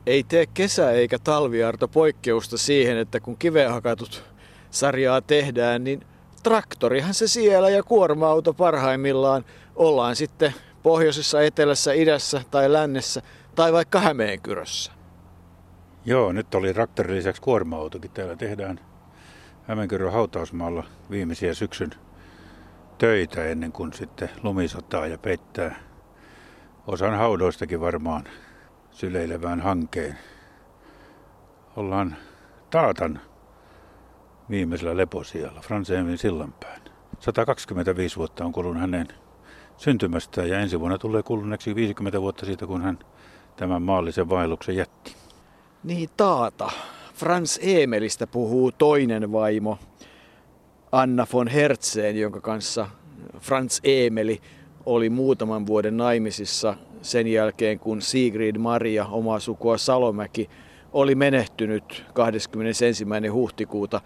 Ei tee kesä- eikä talviarto poikkeusta siihen, että kun kiveen hakatut sarjaa tehdään, niin traktorihan se siellä ja kuorma-auto parhaimmillaan. Ollaan sitten pohjoisessa, etelässä, idässä tai lännessä tai vaikka Hämeenkyrössä. Joo, nyt oli traktorin lisäksi kuorma-autokin. Täällä tehdään Hämeenkyrön hautausmaalla viimeisiä syksyn töitä ennen kuin sitten lumisataa ja peittää osan haudoistakin varmaan syleilevään hankeen. Ollaan Taatan viimeisellä leposijalla, Frans Emil Sillanpään. 125 vuotta on kulunut hänen syntymästään ja ensi vuonna tulee kuluneeksi 50 vuotta siitä, kun hän tämän maallisen vaelluksen jätti. Niin, Taata. Frans Emelistä puhuu toinen vaimo, Anna von Hertzén, jonka kanssa Frans Emeli oli muutaman vuoden naimisissa sen jälkeen, kun Sigrid Maria, omaa sukua Salomäki, oli menehtynyt 21. huhtikuuta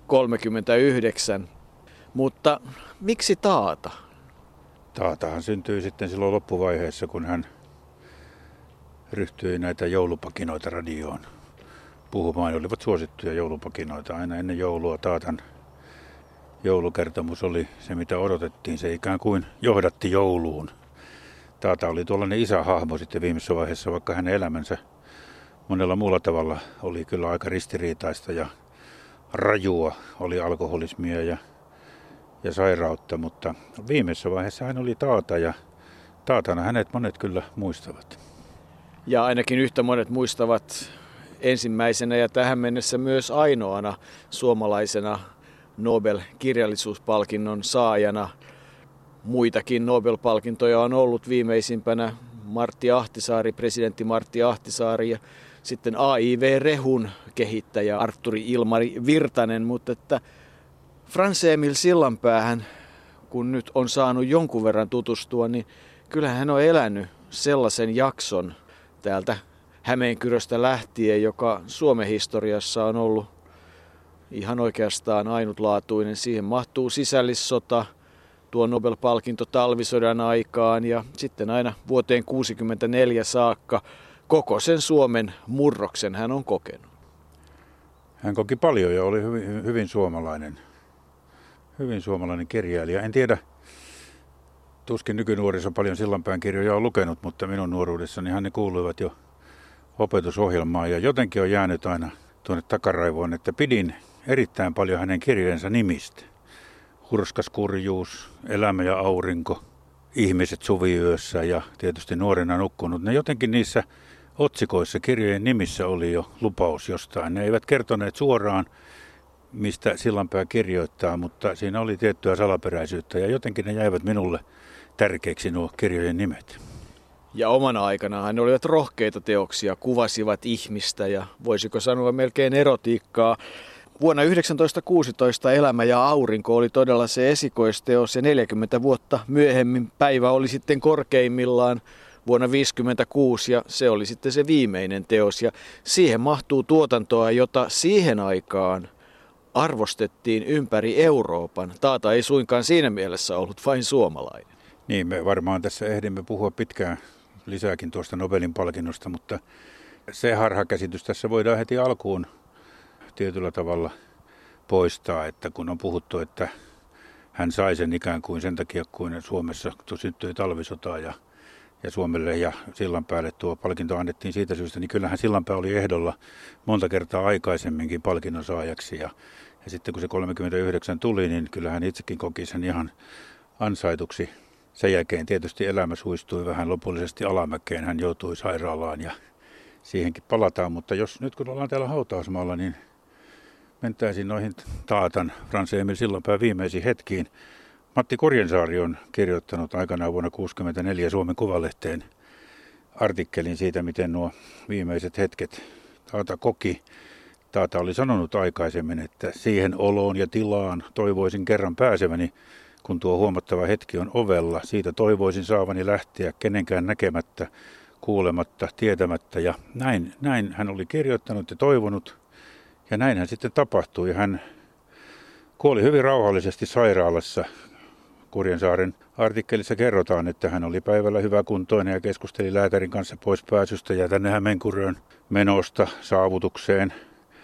1939. Mutta miksi Taata? Taatahan syntyi sitten silloin loppuvaiheessa, kun hän ryhtyi näitä joulupakinoita radioon puhumaan. Ne olivat suosittuja joulupakinoita. Aina ennen joulua Taatan joulukertomus oli se, mitä odotettiin. Se ikään kuin johdatti jouluun. Taata oli tuollainen isähahmo sitten viimeisessä vaiheessa, vaikka hänen elämänsä monella muulla tavalla oli kyllä aika ristiriitaista ja rajua. Oli alkoholismia ja sairautta, mutta viimeisessä vaiheessa hän oli Taata ja Taatana hänet monet kyllä muistavat. Ja ainakin yhtä monet muistavat ensimmäisenä ja tähän mennessä myös ainoana suomalaisena Nobel-kirjallisuuspalkinnon saajana. Muitakin Nobel-palkintoja on ollut, viimeisimpänä Martti Ahtisaari, presidentti Martti Ahtisaari ja sitten A.I.V. Rehun kehittäjä Artturi Ilmari Virtanen, mutta että Frans Emil Sillanpäähän, kun nyt on saanut jonkun verran tutustua, niin kyllähän hän on elänyt sellaisen jakson täältä Hämeenkyröstä lähtien, joka Suomen historiassa on ollut ihan oikeastaan ainutlaatuinen. Siihen mahtuu sisällissota, tuo Nobel-palkinto talvisodan aikaan ja sitten aina vuoteen 1964 saakka koko sen Suomen murroksen hän on kokenut. Hän koki paljon ja oli hyvin suomalainen kirjailija. En tiedä, tuskin nykynuoriso paljon Sillanpään kirjoja on lukenut, mutta minun nuoruudessani hän ne kuuluivat jo opetusohjelmaan ja jotenkin on jäänyt aina tuonne takaraivoon, että pidin erittäin paljon hänen kirjojensa nimistä. Hurskas kurjuus, Elämä ja aurinko, Ihmiset suviyössä ja tietysti Nuorena nukkunut. Ne jotenkin niissä otsikoissa kirjojen nimissä oli jo lupaus jostain. Ne eivät kertoneet suoraan, mistä Sillanpää kirjoittaa, mutta siinä oli tiettyä salaperäisyyttä ja jotenkin ne jäivät minulle tärkeiksi nuo kirjojen nimet. Ja omana aikanaan ne olivat rohkeita teoksia, kuvasivat ihmistä ja voisiko sanoa melkein erotiikkaa. Vuonna 1916 Elämä ja aurinko oli todella se esikoisteos ja 40 vuotta myöhemmin päivä oli sitten korkeimmillaan vuonna 1956 ja se oli sitten se viimeinen teos. Ja siihen mahtuu tuotantoa, jota siihen aikaan arvostettiin ympäri Euroopan. Taata ei suinkaan siinä mielessä ollut vain suomalainen. Niin, me varmaan tässä ehdimme puhua pitkään lisääkin tuosta Nobelin palkinnosta, mutta se harhakäsitys tässä voidaan heti alkuun tietyllä tavalla poistaa, että kun on puhuttu, että hän sai sen ikään kuin sen takia, kun Suomessa syttyi talvisota ja Suomelle ja Sillanpäälle tuo palkinto annettiin siitä syystä, niin kyllähän Sillanpää oli ehdolla monta kertaa aikaisemminkin palkinnon saajaksi ja sitten kun se 39 tuli, niin kyllähän itsekin koki sen ihan ansaituksi. Sen jälkeen tietysti elämä suistui vähän lopullisesti alamäkeen, hän joutui sairaalaan ja siihenkin palataan, mutta jos nyt kun ollaan täällä hautausmaalla, niin mentäisiin noihin Taatan Frans Emil Sillanpään viimeisiin hetkiin. Matti Korjensaari on kirjoittanut aikanaan vuonna 1964 Suomen Kuvalehteen artikkelin siitä, miten nuo viimeiset hetket Taata koki. Taata oli sanonut aikaisemmin, että siihen oloon ja tilaan toivoisin kerran pääseväni, kun tuo huomattava hetki on ovella. Siitä toivoisin saavani lähteä kenenkään näkemättä, kuulematta, tietämättä. Ja näin hän oli kirjoittanut ja toivonut. Ja näin hän sitten tapahtui. Hän kuoli hyvin rauhallisesti sairaalassa Kurjensaaren artikkelissa kerrotaan, että hän oli päivällä hyväkuntoinen ja keskusteli lääkärin kanssa pois pääsystä ja tänne Hämeenkyrön menosta saavutukseen.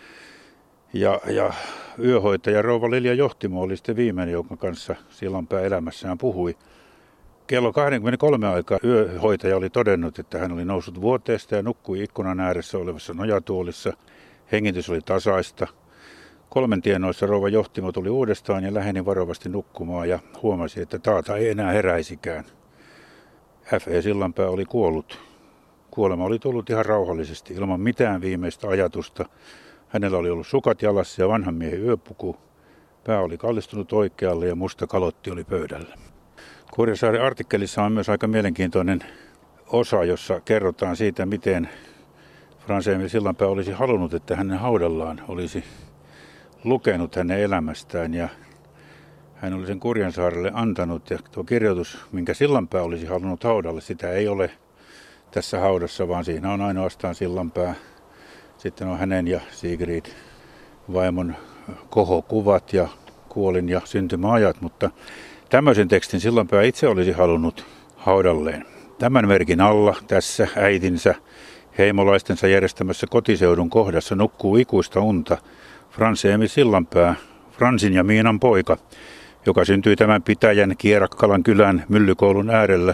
Ja yöhoitaja rouva Lilja Johtimo oli sitten viimeinen, jonka kanssa Sillanpää elämässään puhui. Kello 23 aikaa yöhoitaja oli todennut, että hän oli noussut vuoteesta ja nukkui ikkunan ääressä olevassa nojatuolissa. Hengitys oli tasaista. 3 tienoissa rouva Johtimo tuli uudestaan ja läheni varovasti nukkumaan ja huomasi, että taata ei enää heräisikään. F.E. Sillanpää oli kuollut. Kuolema oli tullut ihan rauhallisesti, ilman mitään viimeistä ajatusta. Hänellä oli ollut sukat jalassa ja vanhan miehen yöpuku. Pää oli kallistunut oikealle ja musta kalotti oli pöydällä. Kurjensaaren artikkelissa on myös aika mielenkiintoinen osa, jossa kerrotaan siitä, miten Frans Emil Sillanpää olisi halunnut, että hänen haudallaan olisi lukenut hänen elämästään ja hän oli sen Kurjensaarelle antanut. Ja tuo kirjoitus, minkä Sillanpää olisi halunnut haudalle, sitä ei ole tässä haudassa, vaan siinä on ainoastaan Sillanpää. Sitten on hänen ja Sigrid vaimon kohokuvat ja kuolin- ja syntymäajat, mutta tämmöisen tekstin Sillanpää itse olisi halunnut haudalleen. Tämän merkin alla tässä äitinsä heimolaistensa järjestämässä kotiseudun kohdassa nukkuu ikuista unta Frans Emil Sillanpää, Fransin ja Miinan poika, joka syntyi tämän pitäjän Kierakkalan kylän Myllykoulun äärellä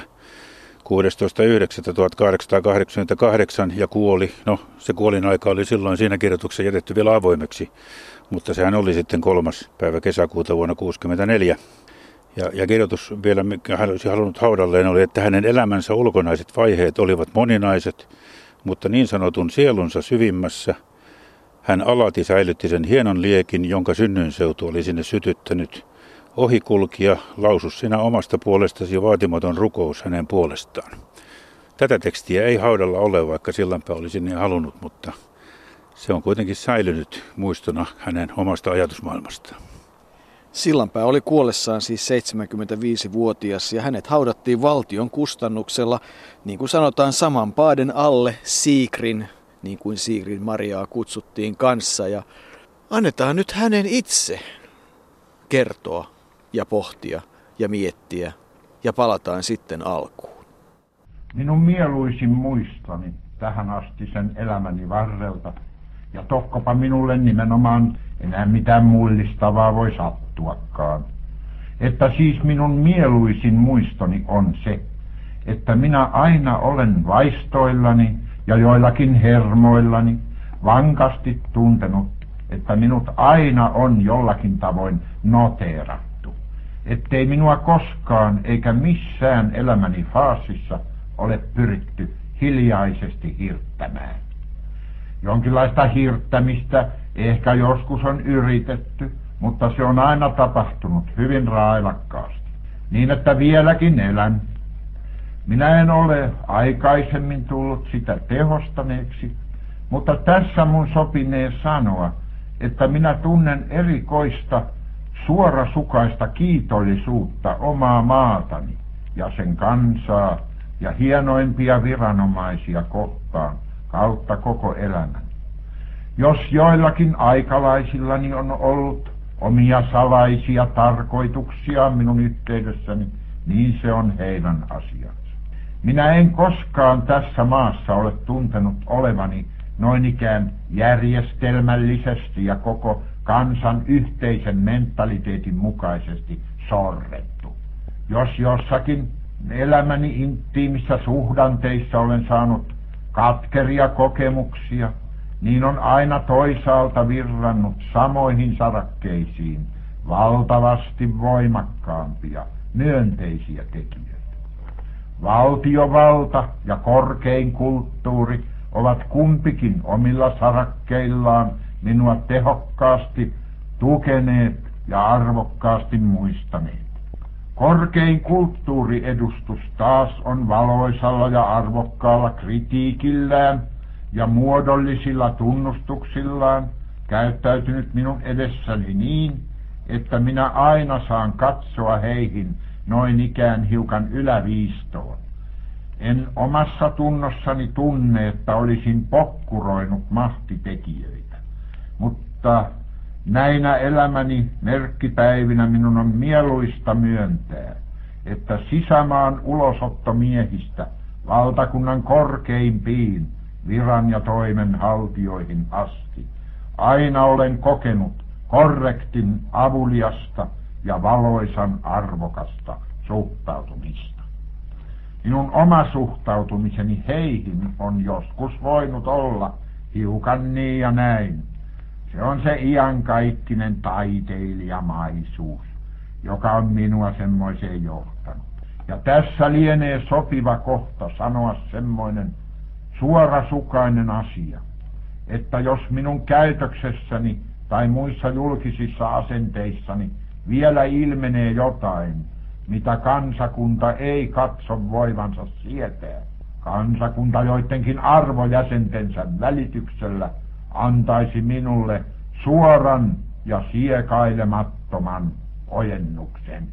16.9.1888 ja kuoli. No, se kuolinaika oli silloin siinä kirjoituksessa jätetty vielä avoimeksi, mutta sehän oli sitten 3. päivä kesäkuuta vuonna 1964. Ja kirjoitus vielä, mikä hän olisi halunnut haudalleen, oli, että hänen elämänsä ulkonaiset vaiheet olivat moninaiset, mutta niin sanotun sielunsa syvimmässä hän alati säilytti sen hienon liekin, jonka synnyinseutu oli sinne sytyttänyt. Ohikulkija, lausu sinä omasta puolestasi vaatimaton rukous hänen puolestaan. Tätä tekstiä ei haudalla ole, vaikka Sillanpää olisi niin halunnut, mutta se on kuitenkin säilynyt muistona hänen omasta ajatusmaailmastaan. Sillanpää oli kuollessaan siis 75-vuotias ja hänet haudattiin valtion kustannuksella, niin kuin sanotaan, saman paaden alle Sigrin, niin kuin Sigrid Mariaa kutsuttiin kanssa. Ja annetaan nyt hänen itse kertoa ja pohtia ja miettiä ja palataan sitten alkuun. Minun mieluisin muistoni tähän asti sen elämäni varrelta. Ja tokkopa minulle nimenomaan enää mitään mullistavaa voi sattuakaan. Että siis minun mieluisin muistoni on se, että minä aina olen vaistoillani ja joillakin hermoillani vankasti tuntenut, että minut aina on jollakin tavoin noteerattu. Ettei minua koskaan eikä missään elämäni faasissa ole pyritty hiljaisesti hirttämään. Jonkinlaista hirttämistä ehkä joskus on yritetty, mutta se on aina tapahtunut hyvin railakkaasti. Niin, että vieläkin elän. Minä en ole aikaisemmin tullut sitä tehostaneeksi, mutta tässä mun sopinee sanoa, että minä tunnen erikoista suorasukaista kiitollisuutta omaa maatani ja sen kansaa ja hienoimpia viranomaisia kohtaan kautta koko elämän. Jos joillakin aikalaisillani on ollut omia salaisia tarkoituksia minun yhteydessäni, niin se on heidän asiansa. Minä en koskaan tässä maassa ole tuntenut olevani noin ikään järjestelmällisesti ja koko kansan yhteisen mentaliteetin mukaisesti sorrettu. Jos jossakin elämäni intiimissä suhdanteissa olen saanut katkeria kokemuksia, niin on aina toisaalta virrannut samoihin sarakkeisiin valtavasti voimakkaampia, myönteisiä tekijöitä. Valtiovalta ja korkein kulttuuri ovat kumpikin omilla sarakkeillaan minua tehokkaasti tukeneet ja arvokkaasti muistaneet. Korkein kulttuuriedustus taas on valoisalla ja arvokkaalla kritiikillään ja muodollisilla tunnustuksillaan käyttäytynyt minun edessäni niin, että minä aina saan katsoa heihin noin ikään hiukan yläviistoon. En omassa tunnossani tunne, että olisin pokkuroinut mahtitekijöitä, mutta näinä elämäni merkkipäivinä minun on mieluista myöntää, että sisämaan ulosottomiehistä valtakunnan korkeimpiin viran ja toimen haltioihin asti aina olen kokenut korrektin, avuliasta ja valoisan arvokasta suhtautumista. Minun oma suhtautumiseni heihin on joskus voinut olla hiukan niin ja näin. Se on se iankaikkinen taiteilijamaisuus, joka on minua semmoiseen johtanut. Ja tässä lienee sopiva kohta sanoa semmoinen suorasukainen asia, että jos minun käytöksessäni tai muissa julkisissa asenteissani vielä ilmenee jotain, mitä kansakunta ei katso voivansa sietää, kansakunta joidenkin arvojäsentensä välityksellä antaisi minulle suoran ja siekailemattoman ojennuksen.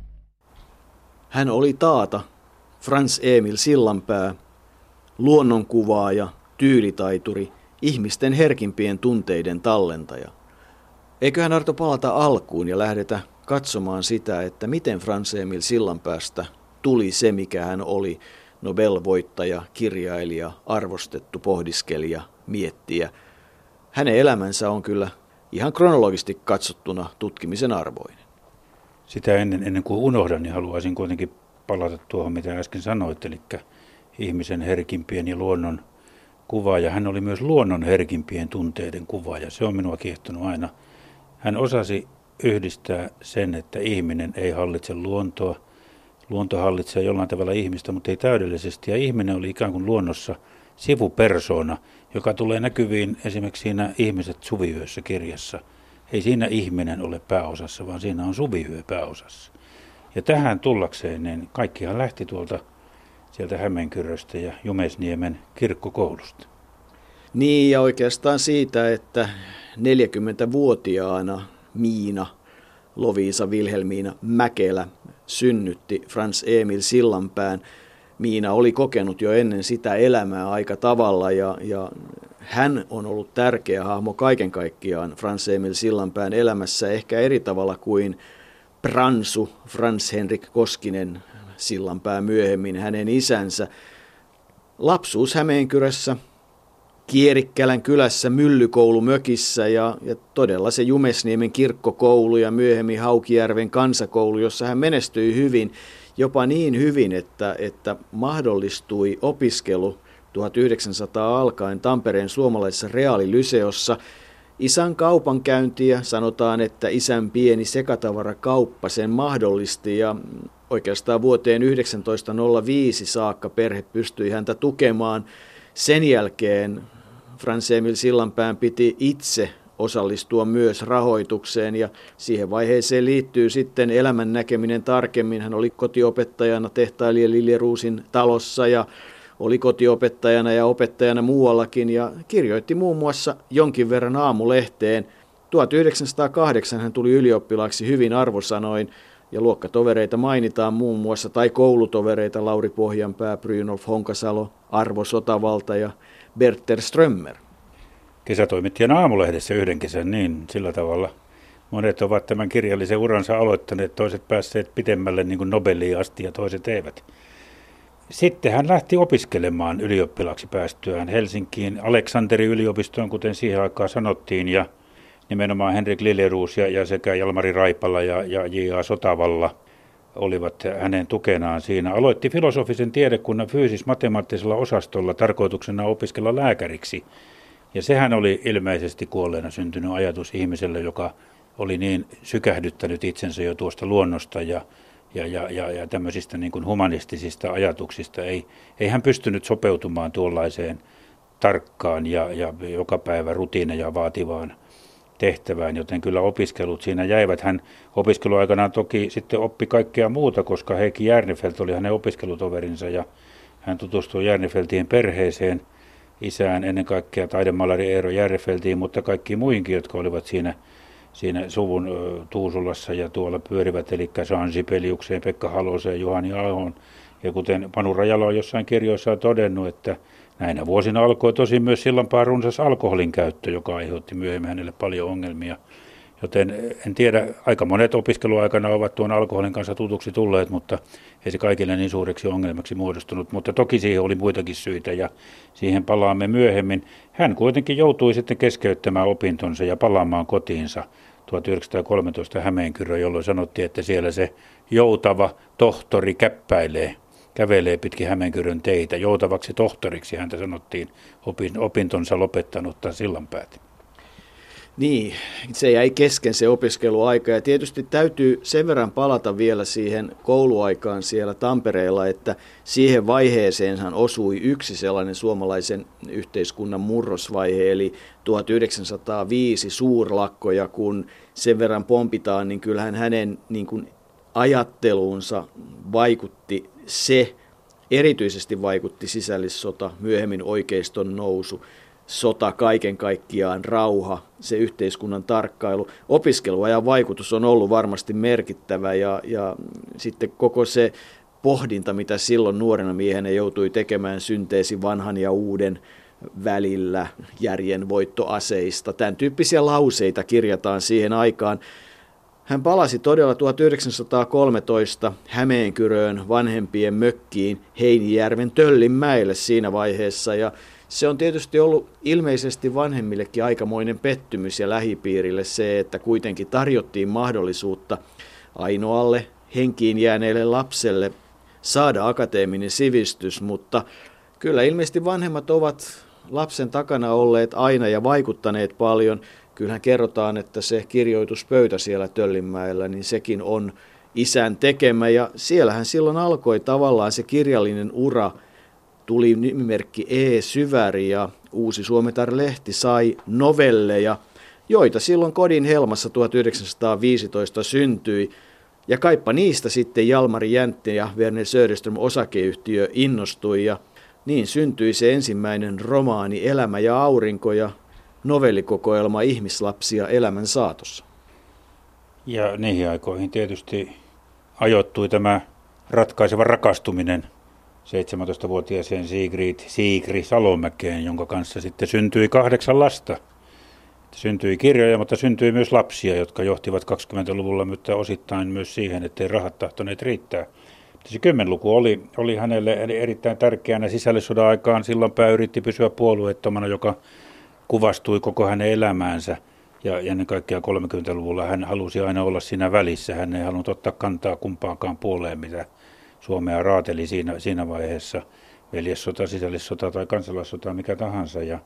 Hän oli taata Frans Emil Sillanpää, luonnonkuvaaja, tyylitaituri, ihmisten herkimpien tunteiden tallentaja. Eiköhän Arto palata alkuun ja lähdetä katsomaan sitä, että miten Frans Emil Sillanpäästä tuli se, mikä hän oli, Nobel-voittaja, kirjailija, arvostettu pohdiskelija, miettiä. Hänen elämänsä on kyllä ihan kronologisesti katsottuna tutkimisen arvoinen. Sitä ennen kuin unohdan, niin haluaisin kuitenkin palata tuohon, mitä äsken sanoit, eli ihmisen herkimpien ja luonnon kuvaaja. Hän oli myös luonnon herkimpien tunteiden kuvaaja. Se on minua kiehtonut aina. Hän osasi yhdistää sen, että ihminen ei hallitse luontoa. Luonto hallitsee jollain tavalla ihmistä, mutta ei täydellisesti. Ja ihminen oli ikään kuin luonnossa sivupersona, joka tulee näkyviin esimerkiksi siinä Ihmiset suviyössä -kirjassa. Ei siinä ihminen ole pääosassa, vaan siinä on suviyö pääosassa. Ja tähän tullakseen, niin kaikkihan lähti sieltä Hämeenkyröstä ja Jumesniemen kirkkokoulusta. Niin, ja oikeastaan siitä, että 40-vuotiaana Miina, Loviisa Vilhelmiina Mäkelä, synnytti Frans Emil Sillanpään. Miina oli kokenut jo ennen sitä elämää aika tavalla ja hän on ollut tärkeä hahmo kaiken kaikkiaan Frans Emil Sillanpään elämässä ehkä eri tavalla kuin pransu Frans Henrik Koskinen Sillanpää myöhemmin, hänen isänsä. Lapsuus Hämeenkyrässä, Kierikkälän kylässä Myllykoulumökissä ja todella se Jumesniemen kirkkokoulu ja myöhemmin Haukijärven kansakoulu, jossa hän menestyi hyvin, jopa niin hyvin, että mahdollistui opiskelu 1900 alkaen Tampereen suomalaisessa reaalilyseossa. Isän kaupankäyntiä, sanotaan, että isän pieni sekatavarakauppa sen mahdollisti ja oikeastaan vuoteen 1905 saakka perhe pystyi häntä tukemaan. Sen jälkeen Frans Emil Sillanpään piti itse osallistua myös rahoitukseen ja siihen vaiheeseen liittyy sitten elämän näkeminen tarkemmin. Hän oli kotiopettajana tehtailija Liljeruusin talossa ja oli kotiopettajana ja opettajana muuallakin ja kirjoitti muun muassa jonkin verran Aamulehteen. 1908 hän tuli ylioppilaaksi hyvin arvosanoin ja luokkatovereita mainitaan muun muassa, tai koulutovereita Lauri Pohjanpää, Brynolf Honkasalo, Arvo Sotavalta ja Berter Strömmer. Kesätoimittajana Aamulehdessä yhden kesän, niin sillä tavalla monet ovat tämän kirjallisen uransa aloittaneet, toiset päässeet pitemmälle niin kuin Nobeliin asti ja toiset eivät. Sitten hän lähti opiskelemaan ylioppilaaksi päästyään Helsinkiin Aleksanteri-yliopistoon, kuten siihen aikaan sanottiin, ja nimenomaan Henrik Liljeruus ja sekä Jalmari Raipala ja J.A. Sotavalla olivat hänen tukenaan siinä. Aloitti filosofisen tiedekunnan fyysis-matemaattisella osastolla tarkoituksena opiskella lääkäriksi. Ja sehän oli ilmeisesti kuolleena syntynyt ajatus ihmiselle, joka oli niin sykähdyttänyt itsensä jo tuosta luonnosta ja tämmöisistä niin kuin humanistisista ajatuksista. Ei hän pystynyt sopeutumaan tuollaiseen tarkkaan ja joka päivä rutiineja vaativaan tehtävään, joten kyllä opiskelut siinä jäivät. Hän opiskeluaikanaan toki sitten oppi kaikkea muuta, koska Heikki Järnefelt oli hänen opiskelutoverinsa ja hän tutustui Järnefeltien perheeseen, isään ennen kaikkea taidemaalari Eero Järnefeltiin, mutta kaikki muihinkin, jotka olivat siinä suvun Tuusulassa ja tuolla pyörivät, eli Jean Sibeliukseen, Pekka Haloseen, Juhani Ahoon. Ja kuten Panu Rajala on jossain kirjoissaan todennut, että näinä vuosina alkoi tosin myös Sillanpään runsas alkoholin käyttö, joka aiheutti myöhemmin hänelle paljon ongelmia. Joten en tiedä, aika monet opiskeluaikana ovat tuon alkoholin kanssa tutuksi tulleet, mutta ei se kaikille niin suureksi ongelmaksi muodostunut. Mutta toki siihen oli muitakin syitä ja siihen palaamme myöhemmin. Hän kuitenkin joutui sitten keskeyttämään opintonsa ja palaamaan kotiinsa 1913 Hämeenkyröön, jolloin sanottiin, että siellä se joutava tohtori kävelee pitkin Hämeenkyrön teitä. Joutavaksi tohtoriksi häntä sanottiin opintonsa lopettanutta Sillanpäätä. Niin, se jäi kesken se opiskeluaika ja tietysti täytyy sen verran palata vielä siihen kouluaikaan siellä Tampereella, että siihen vaiheeseenhan osui yksi sellainen suomalaisen yhteiskunnan murrosvaihe, eli 1905 suurlakko, ja kun sen verran pompitaan, niin kyllähän hänen niin kuin ajatteluunsa vaikutti erityisesti vaikutti sisällissota, myöhemmin oikeiston nousu, sota kaiken kaikkiaan, rauha, se yhteiskunnan tarkkailu. Opiskeluajan vaikutus on ollut varmasti merkittävä ja sitten koko se pohdinta, mitä silloin nuorena miehenä joutui tekemään synteesi vanhan ja uuden välillä, järjen voittoaseista. Tämän tyyppisiä lauseita kirjataan siihen aikaan. Hän palasi todella 1913 Hämeenkyröön vanhempien mökkiin Heinijärven Töllinmäelle siinä vaiheessa ja se on tietysti ollut ilmeisesti vanhemmillekin aikamoinen pettymys ja lähipiirille se, että kuitenkin tarjottiin mahdollisuutta ainoalle henkiin jääneelle lapselle saada akateeminen sivistys, mutta kyllä ilmeisesti vanhemmat ovat lapsen takana olleet aina ja vaikuttaneet paljon. Kyllähän kerrotaan, että se kirjoituspöytä siellä Töllinmäellä, niin sekin on isän tekemä ja siellähän silloin alkoi tavallaan se kirjallinen ura. Tuli nimimerkki E. Syväri ja Uusi Suometar-lehti sai novelleja, joita silloin Kodin Helmassa 1915 syntyi. Ja kaipa niistä sitten Jalmari Jäntti ja Verner Söderström osakeyhtiö innostui ja niin syntyi se ensimmäinen romaani Elämä ja aurinko ja novellikokoelma Ihmislapsia elämän saatossa. Ja niihin aikoihin tietysti ajoittui tämä ratkaiseva rakastuminen 17-vuotiaaseen Sigri Salomäkeen, jonka kanssa sitten syntyi 8 lasta. Syntyi kirjoja, mutta syntyi myös lapsia, jotka johtivat 20-luvulla, mutta osittain myös siihen, ettei rahat tahtoneet riittää. Se 10-luku oli hänelle erittäin tärkeänä sisällissodan aikaan. Sillanpää yritti pysyä puolueettomana, joka kuvastui koko hänen elämäänsä. Ja ennen kaikkea 30-luvulla hän halusi aina olla siinä välissä. Hän ei halunnut ottaa kantaa kumpaankaan puoleen, mitä Suomea raateli siinä vaiheessa, veljessota, sisällissota tai kansalaissota, mikä tahansa. Ja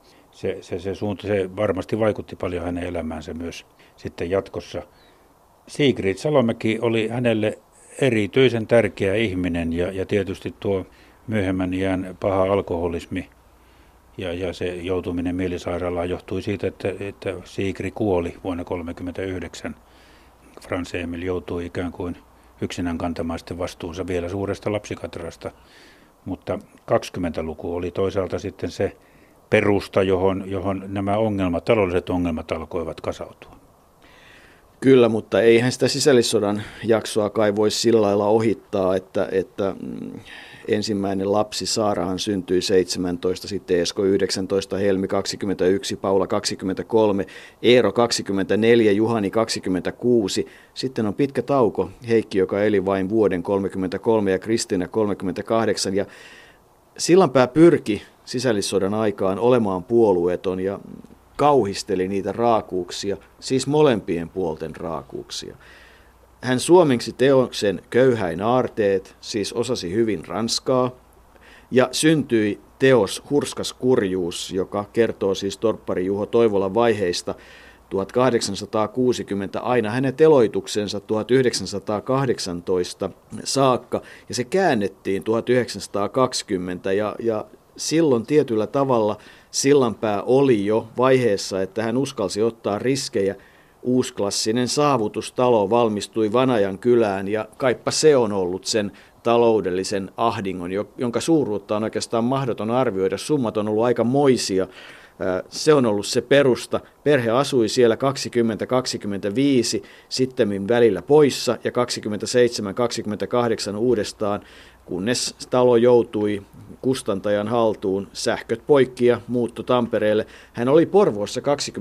se varmasti vaikutti paljon hänen elämäänsä myös sitten jatkossa. Sigrid Salomäki oli hänelle erityisen tärkeä ihminen ja tietysti tuo myöhemmän iän paha alkoholismi ja se joutuminen mielisairaalaan johtui siitä, että Sigrid kuoli vuonna 1939. Frans Emil joutui ikään kuin yksinään kantamaan sitten vastuunsa vielä suuresta lapsikatrasta, mutta 20-luku oli toisaalta sitten se perusta, johon nämä taloudelliset ongelmat alkoivat kasautua. Kyllä, mutta eihän sitä sisällissodan jaksoa kai voi sillä lailla ohittaa, että ensimmäinen lapsi Saarahan syntyi 17, sitten Esko 19, Helmi 21, Paula 23, Eero 24, Juhani 26. Sitten on pitkä tauko, Heikki, joka eli vain vuoden 33 ja Kristiina 38. Ja Sillanpää pyrki sisällissodan aikaan olemaan puolueeton ja kauhisteli niitä raakuuksia, siis molempien puolten raakuuksia. Hän suomeksi teoksen Köyhäin aarteet, siis osasi hyvin ranskaa, ja syntyi teos Hurskas kurjuus, joka kertoo siis torppari Juho Toivolan vaiheista 1860 aina hänen teloituksensa 1918 saakka, ja se käännettiin 1920, ja silloin tietyllä tavalla Sillanpää oli jo vaiheessa, että hän uskalsi ottaa riskejä. Uusklassinen saavutustalo valmistui Vanajan kylään ja kaipa se on ollut sen taloudellisen ahdingon, jonka suuruutta on oikeastaan mahdoton arvioida. Summat on ollut aika moisia. Se on ollut se perusta. Perhe asui siellä 20-25, sittemmin välillä poissa ja 27-28 uudestaan kunnes talo joutui kustantajan haltuun, sähköt poikki ja muutto Tampereelle. Hän oli Porvoossa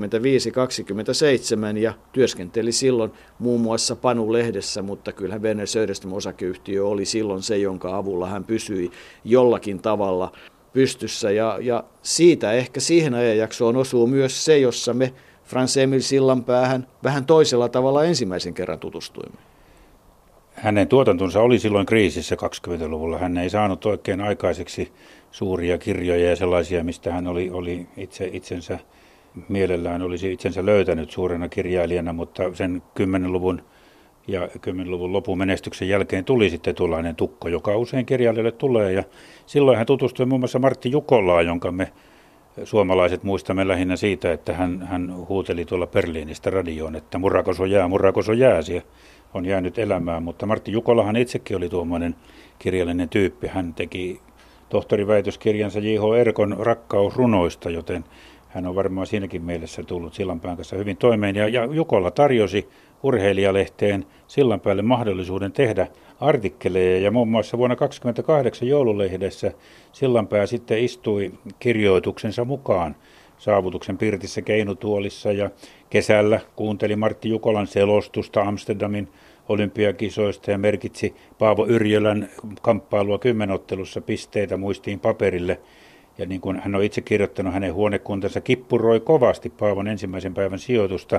25-27 ja työskenteli silloin muun muassa Panu-lehdessä, mutta kyllähän Werner Söderström osakeyhtiö oli silloin se, jonka avulla hän pysyi jollakin tavalla pystyssä. Ja siitä ehkä siihen ajanjaksoon osuu myös se, jossa me Frans Emil Sillanpäähän vähän toisella tavalla ensimmäisen kerran tutustuimme. Hänen tuotantonsa oli silloin kriisissä 20-luvulla. Hän ei saanut oikein aikaiseksi suuria kirjoja ja sellaisia, mistä hän oli itsensä mielellään olisi itsensä löytänyt suurena kirjailijana, mutta sen 10-luvun ja 10-luvun lopun menestyksen jälkeen tuli sitten tuollainen tukko, joka usein kirjailijalle tulee. Ja silloin hän tutustui muun muassa Martti Jukolaan, jonka me suomalaiset muistamme lähinnä siitä, että hän huuteli tuolla Berliinistä radioon, että murrakoso jää, se on jäänyt elämään. Mutta Martti Jukolahan itsekin oli tuommoinen kirjallinen tyyppi. Hän teki tohtoriväitöskirjansa J.H. Erkon rakkausrunoista, joten hän on varmaan siinäkin mielessä tullut Sillanpään kanssa hyvin toimeen. Ja Jukola tarjosi urheilijalehteen Sillanpäälle mahdollisuuden tehdä artikkeleja, ja muun muassa vuonna 1928 joululehdessä Sillanpää sitten istui kirjoituksensa mukaan Saavutuksen pirtissä keinutuolissa, ja kesällä kuunteli Martti Jukolan selostusta Amsterdamin olympiakisoista ja merkitsi Paavo Yrjölän kamppailua 10-ottelussa pisteitä muistiin paperille. Ja niin kuin hän on itse kirjoittanut, hänen huonekuntansa kippuroi kovasti Paavon ensimmäisen päivän sijoitusta.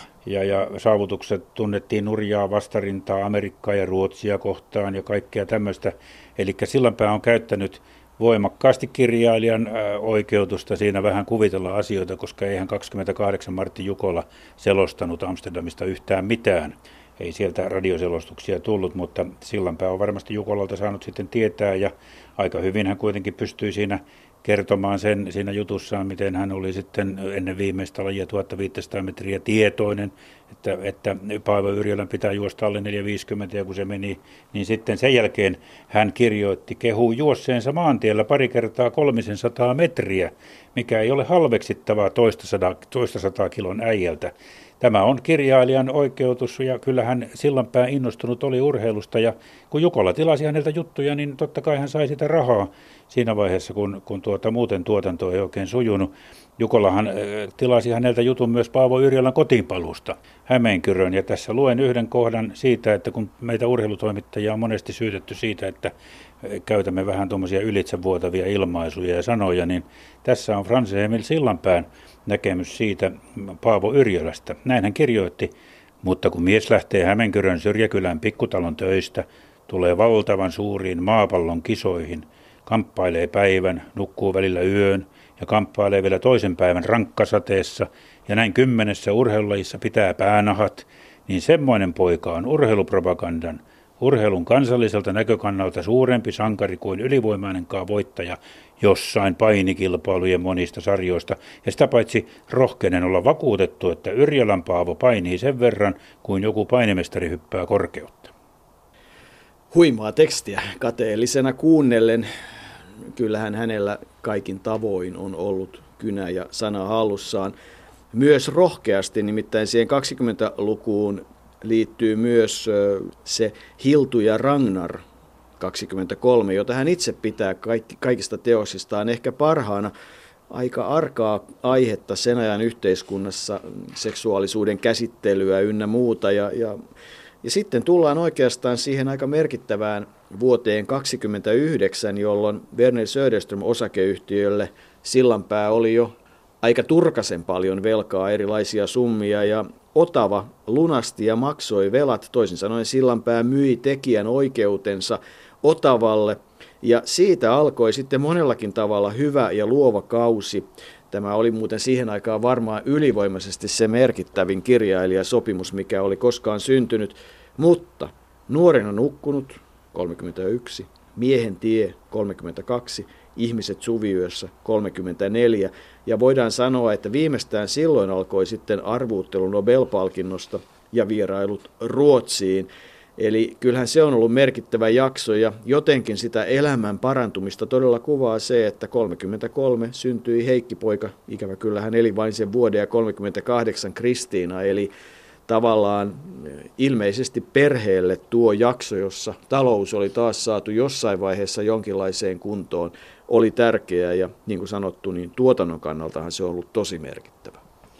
Ja saavutukset tunnettiin nurjaa vastarintaa Amerikkaa ja Ruotsia kohtaan ja kaikkea tämmöistä. Eli Sillanpää on käyttänyt voimakkaasti kirjailijan oikeutusta siinä vähän kuvitella asioita, koska eihän 28 Martti Jukola selostanut Amsterdamista yhtään mitään. Ei sieltä radioselostuksia tullut, mutta Sillanpää on varmasti Jukolalta saanut sitten tietää, ja aika hyvin hän kuitenkin pystyi siinä kertomaan sen siinä jutussaan, miten hän oli sitten ennen viimeistä lajia 1500 metriä tietoinen, että Paavo Yrjölän pitää juosta alle 4.50, ja kun se meni, niin sitten sen jälkeen hän kehui juosseensa maantiellä pari kertaa 300 metriä, mikä ei ole halveksittavaa toista sataa kilon äijältä. Tämä on kirjailijan oikeutus, ja kyllähän Sillanpää innostunut oli urheilusta, ja kun Jukola tilasi häneltä juttuja, niin totta kai hän sai sitä rahaa siinä vaiheessa, kun muuten tuotanto ei oikein sujunut. Jukolahan tilasi häneltä jutun myös Paavo Yrjölän kotiinpaluusta Hämeenkyrön, ja tässä luen yhden kohdan siitä, että kun meitä urheilutoimittajia on monesti syytetty siitä, että käytämme vähän tuommoisia ylitsevuotavia ilmaisuja ja sanoja, niin tässä on Frans Emil Sillanpään näkemys siitä Paavo Yrjölästä. Näin hän kirjoitti: mutta kun mies lähtee Hämeenkyrön Syrjäkylän pikkutalon töistä, tulee valtavan suuriin maapallon kisoihin, kamppailee päivän, nukkuu välillä yön ja kamppailee vielä toisen päivän rankkasateessa, ja näin 10 urheilulajissa pitää päänahat, niin semmoinen poika on urheilupropagandan, urheilun kansalliselta näkökannalta suurempi sankari kuin ylivoimainenkaan voittaja jossain painikilpailujen monista sarjoista, ja sitä paitsi rohkeinen olla vakuutettu, että Yrjölän Paavo painii sen verran kuin joku painemestari hyppää korkeutta. Huimaa tekstiä kateellisena kuunnellen. Kyllähän hänellä kaikin tavoin on ollut kynä ja sana hallussaan. Myös rohkeasti, nimittäin siihen 20-lukuun liittyy myös se Hiltu ja Ragnar 23, jota hän itse pitää kaikista teoksistaan ehkä parhaana. Aika arkaa aihetta sen ajan yhteiskunnassa, seksuaalisuuden käsittelyä ynnä muuta. Ja sitten tullaan oikeastaan siihen aika merkittävään vuoteen 1929, jolloin Werner Söderström osakeyhtiölle Sillanpää oli jo aika turkasen paljon velkaa, erilaisia summia, ja Otava lunasti ja maksoi velat. Toisin sanoen Sillanpää myi tekijän oikeutensa Otavalle, ja siitä alkoi sitten monellakin tavalla hyvä ja luova kausi. Tämä oli muuten siihen aikaan varmaan ylivoimaisesti se merkittävin kirjailijasopimus, mikä oli koskaan syntynyt, mutta Nuoren on nukkunut 31, Miehen tie 32, Ihmiset suviyössä 34, ja voidaan sanoa, että viimeistään silloin alkoi sitten arvuuttelu Nobel-palkinnosta ja vierailut Ruotsiin. Eli kyllähän se on ollut merkittävä jakso, ja jotenkin sitä elämän parantumista todella kuvaa se, että 33 syntyi Heikki-poika, ikävä kyllä hän eli vain sen vuoden, ja 38 Kristiina, eli tavallaan ilmeisesti perheelle tuo jakso, jossa talous oli taas saatu jossain vaiheessa jonkinlaiseen kuntoon, oli tärkeää ja niin kuin sanottu, niin tuotannon kannaltahan se on ollut tosi merkittävä.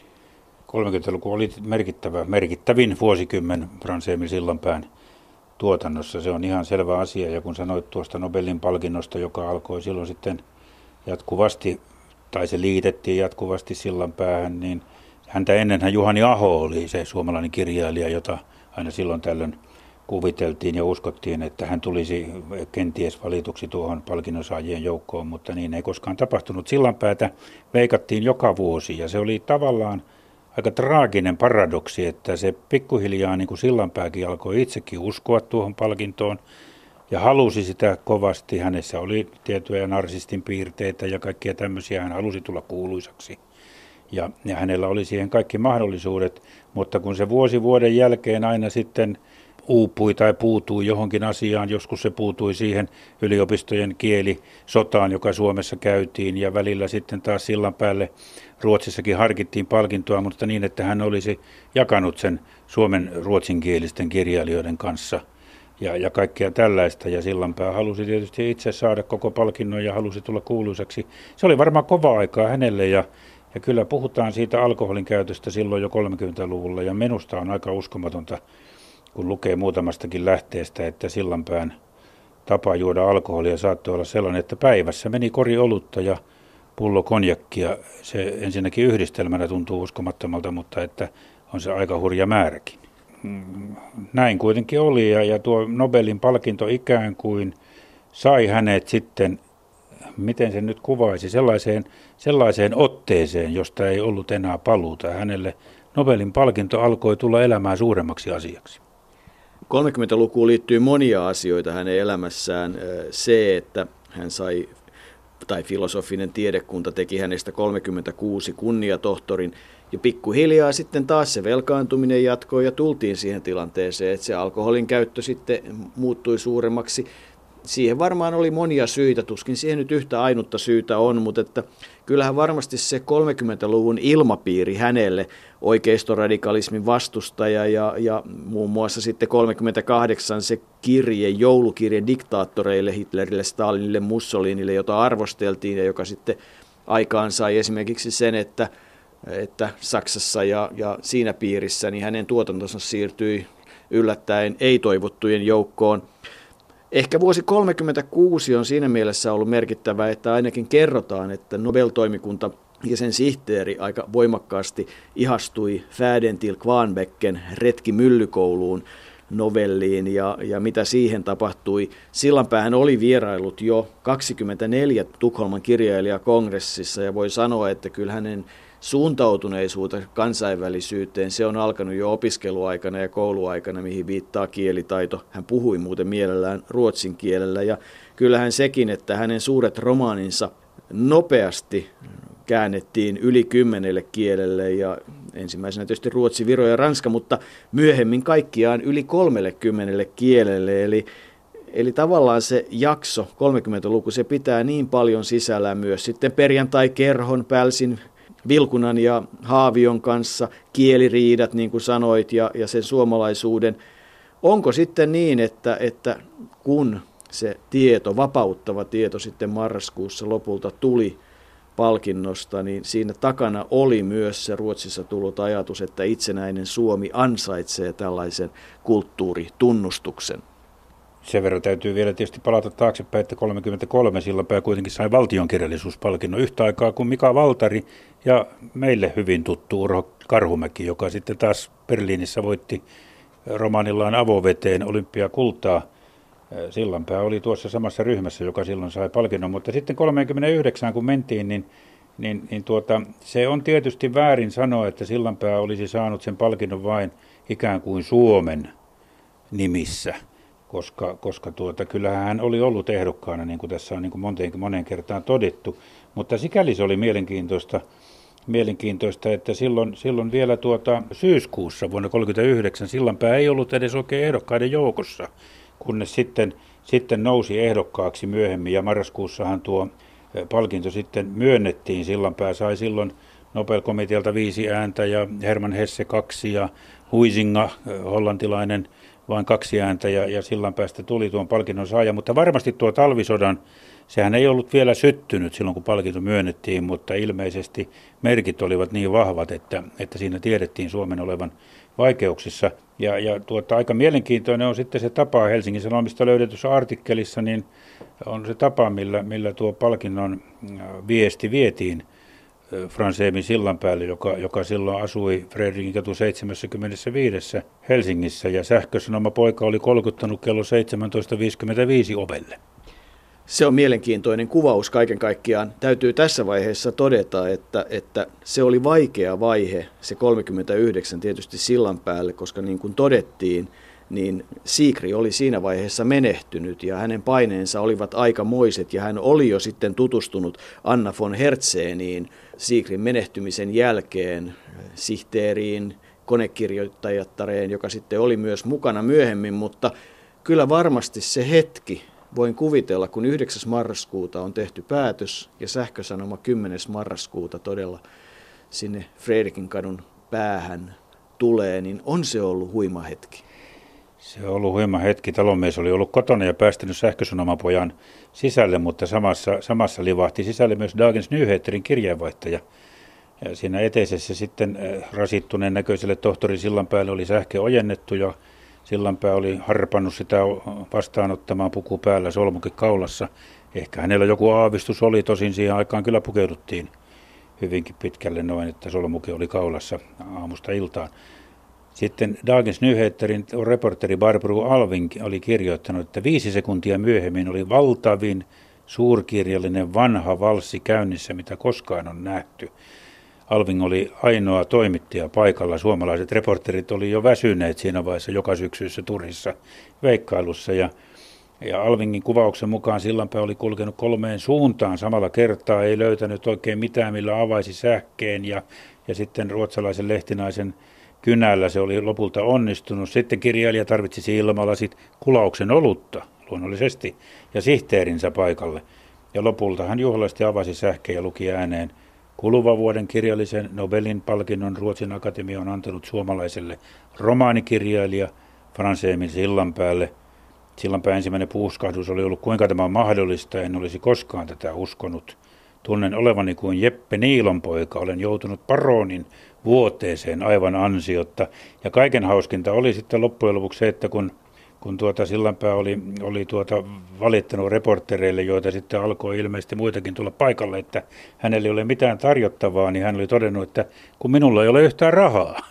30-luku oli merkittävin vuosikymmen Frans Emil Sillanpään tuotannossa. Se on ihan selvä asia, ja kun sanoit tuosta Nobelin palkinnosta, joka alkoi silloin sitten jatkuvasti, tai se liitettiin jatkuvasti Sillanpäähän, niin häntä ennenhän Juhani Aho oli se suomalainen kirjailija, jota aina silloin tällöin kuviteltiin ja uskottiin, että hän tulisi kenties valituksi tuohon palkinnonsaajien joukkoon, mutta niin ei koskaan tapahtunut. Sillanpäätä veikattiin joka vuosi, ja se oli tavallaan aika traaginen paradoksi, että se pikkuhiljaa niin kuin Sillanpääkin alkoi itsekin uskoa tuohon palkintoon ja halusi sitä kovasti. Hänessä oli tiettyjä narsistin piirteitä ja kaikkia tämmöisiä. Hän halusi tulla kuuluisaksi ja hänellä oli siihen kaikki mahdollisuudet, mutta kun se vuosi vuoden jälkeen aina sitten uupui tai puutui johonkin asiaan, joskus se puutui siihen yliopistojen kielisotaan, joka Suomessa käytiin, ja välillä sitten taas Sillanpäälle Ruotsissakin harkittiin palkintoa, mutta niin, että hän olisi jakanut sen Suomen ruotsinkielisten kirjailijoiden kanssa ja kaikkea tällaista, ja Sillanpää halusi tietysti itse saada koko palkinnon ja halusi tulla kuuluisaksi. Se oli varmaan kova aikaa hänelle, ja kyllä puhutaan siitä alkoholin käytöstä silloin jo 30-luvulla, ja minusta on aika uskomatonta, kun lukee muutamastakin lähteestä, että Sillanpään tapa juoda alkoholia saattoi olla sellainen, että päivässä meni kori olutta ja pullo konjakkia. Se ensinnäkin yhdistelmänä tuntuu uskomattomalta, mutta että on se aika hurja määräkin. Näin kuitenkin oli, ja tuo Nobelin palkinto ikään kuin sai hänet sitten, miten se nyt kuvaisi, sellaiseen otteeseen, josta ei ollut enää paluuta. Hänelle Nobelin palkinto alkoi tulla elämään suuremmaksi asiaksi. 30-lukuun liittyy monia asioita hänen elämässään. Se, että hän sai, tai filosofinen tiedekunta teki hänestä 36 kunniatohtorin, ja pikkuhiljaa sitten taas se velkaantuminen jatkoi ja tultiin siihen tilanteeseen, että se alkoholin käyttö sitten muuttui suuremmaksi. Siihen varmaan oli monia syitä, tuskin siihen nyt yhtä ainutta syytä on, mutta että kyllähän varmasti se 30-luvun ilmapiiri hänelle, oikeistoradikalismin vastustaja ja muun muassa sitten 38 se joulukirje diktaattoreille, Hitlerille, Stalinille, Mussolinille, jota arvosteltiin ja joka sitten aikaan sai esimerkiksi sen, että Saksassa ja siinä piirissä niin hänen tuotantonsa siirtyi yllättäen ei-toivottujen joukkoon. Ehkä vuosi 1936 on siinä mielessä ollut merkittävä, että ainakin kerrotaan, että Nobel-toimikunta ja sen sihteeri aika voimakkaasti ihastui Färden till Kvarnbäcken retki myllykouluun novelliin ja mitä siihen tapahtui. Sillanpäähän oli vierailut jo 24 Tukholman kirjailijakongressissa ja voi sanoa, että kyllä hänen suuntautuneisuutta kansainvälisyyteen, se on alkanut jo opiskeluaikana ja kouluaikana, mihin viittaa kielitaito. Hän puhui muuten mielellään ruotsin kielellä ja kyllähän sekin, että hänen suuret romaaninsa nopeasti käännettiin yli 10 kielelle ja ensimmäisenä tietysti ruotsi, viro ja ranska, mutta myöhemmin kaikkiaan yli 30 kielelle. Eli tavallaan se jakso, 30-luku, se pitää niin paljon sisällään myös sitten perjantai-kerhon, Pälsin, Vilkunan ja Haavion kanssa, kieliriidat, niin kuin sanoit, ja sen suomalaisuuden. Onko sitten niin, että kun se tieto, vapauttava tieto sitten marraskuussa lopulta tuli palkinnosta, niin siinä takana oli myös se Ruotsissa tullut ajatus, että itsenäinen Suomi ansaitsee tällaisen kulttuuritunnustuksen? Sen verran täytyy vielä tietysti palata taaksepäin, että 1933 Sillanpää kuitenkin sai valtionkirjallisuuspalkinnon yhtä aikaa kuin Mika Valtari ja meille hyvin tuttu Urho Karhumäki, joka sitten taas Berliinissä voitti romaanillaan Avoveteen olympiakultaa. Sillanpää oli tuossa samassa ryhmässä, joka silloin sai palkinnon, mutta sitten 1939 kun mentiin, niin se on tietysti väärin sanoa, että Sillanpää olisi saanut sen palkinnon vain ikään kuin Suomen nimissä. Koska kyllähän hän oli ollut ehdokkaana, niin kuin tässä on niin kuin moneen kertaan todettu. Mutta sikäli se oli mielenkiintoista, että silloin vielä syyskuussa vuonna 1939 Sillanpää ei ollut edes oikein ehdokkaiden joukossa, kunnes sitten nousi ehdokkaaksi myöhemmin. Ja marraskuussahan tuo palkinto sitten myönnettiin. Sillanpää sai silloin Nobel-komitealta 5 ääntä ja Hermann Hesse 2 ja Huizinga, hollantilainen, vain 2 ääntä ja Sillanpäästä tuli tuon palkinnon saaja. Mutta varmasti tuo talvisodan, sehän ei ollut vielä syttynyt silloin, kun palkinto myönnettiin, mutta ilmeisesti merkit olivat niin vahvat, että siinä tiedettiin Suomen olevan vaikeuksissa. Ja aika mielenkiintoinen on sitten se tapa Helsingin Sanomista löydetyssä artikkelissa, niin on se tapa, millä tuo palkinnon viesti vietiin Franseemin Sillanpäälle, joka silloin asui Fredrikin katu 75 Helsingissä, ja sähkösanoma poika oli kolkuttanut kello 17.55 ovelle. Se on mielenkiintoinen kuvaus kaiken kaikkiaan. Täytyy tässä vaiheessa todeta, että se oli vaikea vaihe, se 39 tietysti Sillanpäälle, koska niin kuin todettiin, niin Sigri oli siinä vaiheessa menehtynyt ja hänen paineensa olivat aikamoiset ja hän oli jo sitten tutustunut Anna von Hertzeniin Sigrin menehtymisen jälkeen, sihteeriin, konekirjoittajattareen, joka sitten oli myös mukana myöhemmin, mutta kyllä varmasti se hetki, voin kuvitella, kun 9. marraskuuta on tehty päätös ja sähkösanoma 10. marraskuuta todella sinne Fredrikin kadun päähän tulee, niin on se ollut huima hetki. Se on ollut huima hetki. Talonmies oli ollut kotona ja päästänyt sähkösanomapojan sisälle, mutta samassa livahti sisälle myös Dagens Nyheterin kirjeenvaihtaja. Ja siinä eteisessä sitten rasittuneen näköiselle tohtori Sillanpäälle oli sähkö ojennettu ja Sillanpää oli harpannut sitä vastaanottamaan puku päällä, solmukin kaulassa. Ehkä hänellä joku aavistus oli, tosin siihen aikaan kyllä pukeuduttiin hyvinkin pitkälle noin, että solmukin oli kaulassa aamusta iltaan. Sitten Dagens Nyheterin reporteri Barbro Alving oli kirjoittanut, että 5 sekuntia myöhemmin oli valtavin suurkirjallinen vanha valssi käynnissä, mitä koskaan on nähty. Alving oli ainoa toimittaja paikalla. Suomalaiset reporterit oli jo väsyneet siinä vaiheessa joka syksyisessä turhissa veikkailussa. Ja Alvingin kuvauksen mukaan Sillanpää oli kulkenut 3 suuntaan samalla kertaa, ei löytänyt oikein mitään, millä avaisi sähkeen. Ja sitten ruotsalaisen lehtinaisen kynällä se oli lopulta onnistunut. Sitten kirjailija tarvitsi ilmalasit, kulauksen olutta luonnollisesti ja sihteerinsä paikalle. Ja lopulta hän juhlasti avasi sähkeen ja luki ääneen: kuluvan vuoden kirjallisen Nobelin palkinnon Ruotsin Akatemia on antanut suomalaiselle romaanikirjailija Franseemin Sillanpäälle. Sillanpään ensimmäinen puuskahdus oli ollut, kuinka tämä on mahdollista, en olisi koskaan tätä uskonut. Tunnen olevani kuin Jeppe Niilon poika, olen joutunut paroonin vuoteeseen aivan ansiotta. Ja kaiken hauskinta oli sitten loppujen lopuksi se, että kun Sillanpää oli valittanut reportereille, joita sitten alkoi ilmeisesti muitakin tulla paikalle, että hänellä ei ole mitään tarjottavaa, niin hän oli todennut, että kun minulla ei ole yhtään rahaa.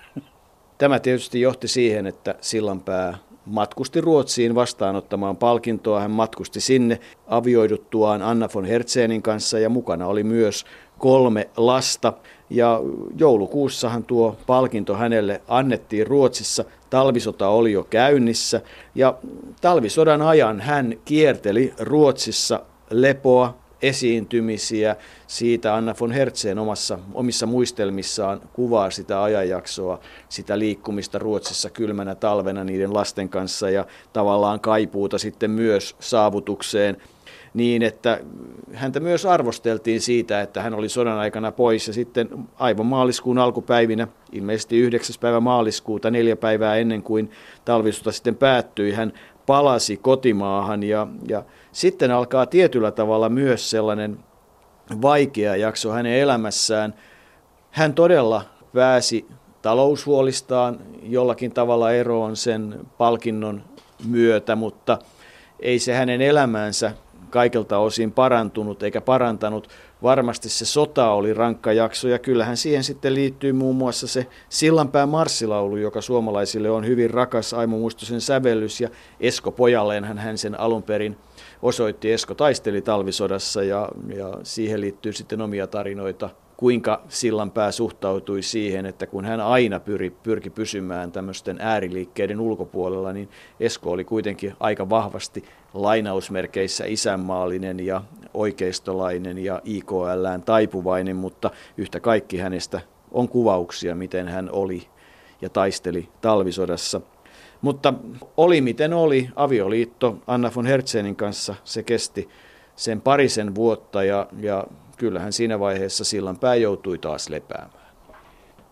Tämä tietysti johti siihen, että Sillanpää matkusti Ruotsiin vastaanottamaan palkintoa. Hän matkusti sinne avioiduttuaan Anna von Hertzenin kanssa ja mukana oli myös 3 lasta. Ja joulukuussahan tuo palkinto hänelle annettiin Ruotsissa. Talvisota oli jo käynnissä ja talvisodan ajan hän kierteli Ruotsissa lepoa, esiintymisiä. Siitä Anna von Hertzen omissa muistelmissaan kuvaa sitä ajanjaksoa, sitä liikkumista Ruotsissa kylmänä talvena niiden lasten kanssa ja tavallaan kaipuuta sitten myös saavutukseen. Niin, että häntä myös arvosteltiin siitä, että hän oli sodan aikana pois ja sitten aivan maaliskuun alkupäivinä, ilmeisesti 9. päivä maaliskuuta, 4 päivää ennen kuin talvisota sitten päättyi, hän palasi kotimaahan ja sitten alkaa tietyllä tavalla myös sellainen vaikea jakso hänen elämässään. Hän todella pääsi taloushuolistaan jollakin tavalla eroon sen palkinnon myötä, mutta ei se hänen elämänsä kaikilta osin parantunut eikä parantanut. Varmasti se sota oli rankka jakso ja kyllähän siihen sitten liittyy muun muassa se Sillanpään marssilaulu, joka suomalaisille on hyvin rakas, Aimo Mustosen sävellys ja Esko pojalleenhan hän sen alun perin osoitti. Esko taisteli talvisodassa ja siihen liittyy sitten omia tarinoita, kuinka Sillanpää suhtautui siihen, että kun hän aina pyrki pysymään tämmöisten ääriliikkeiden ulkopuolella, niin Esko oli kuitenkin aika vahvasti lainausmerkeissä isänmaallinen ja oikeistolainen ja IKL:ään taipuvainen, mutta yhtä kaikki hänestä on kuvauksia, miten hän oli ja taisteli talvisodassa. Mutta oli miten oli, avioliitto Anna von Hertzenin kanssa, se kesti sen 2 vuotta ja kyllähän siinä vaiheessa Sillanpää joutui taas lepäämään.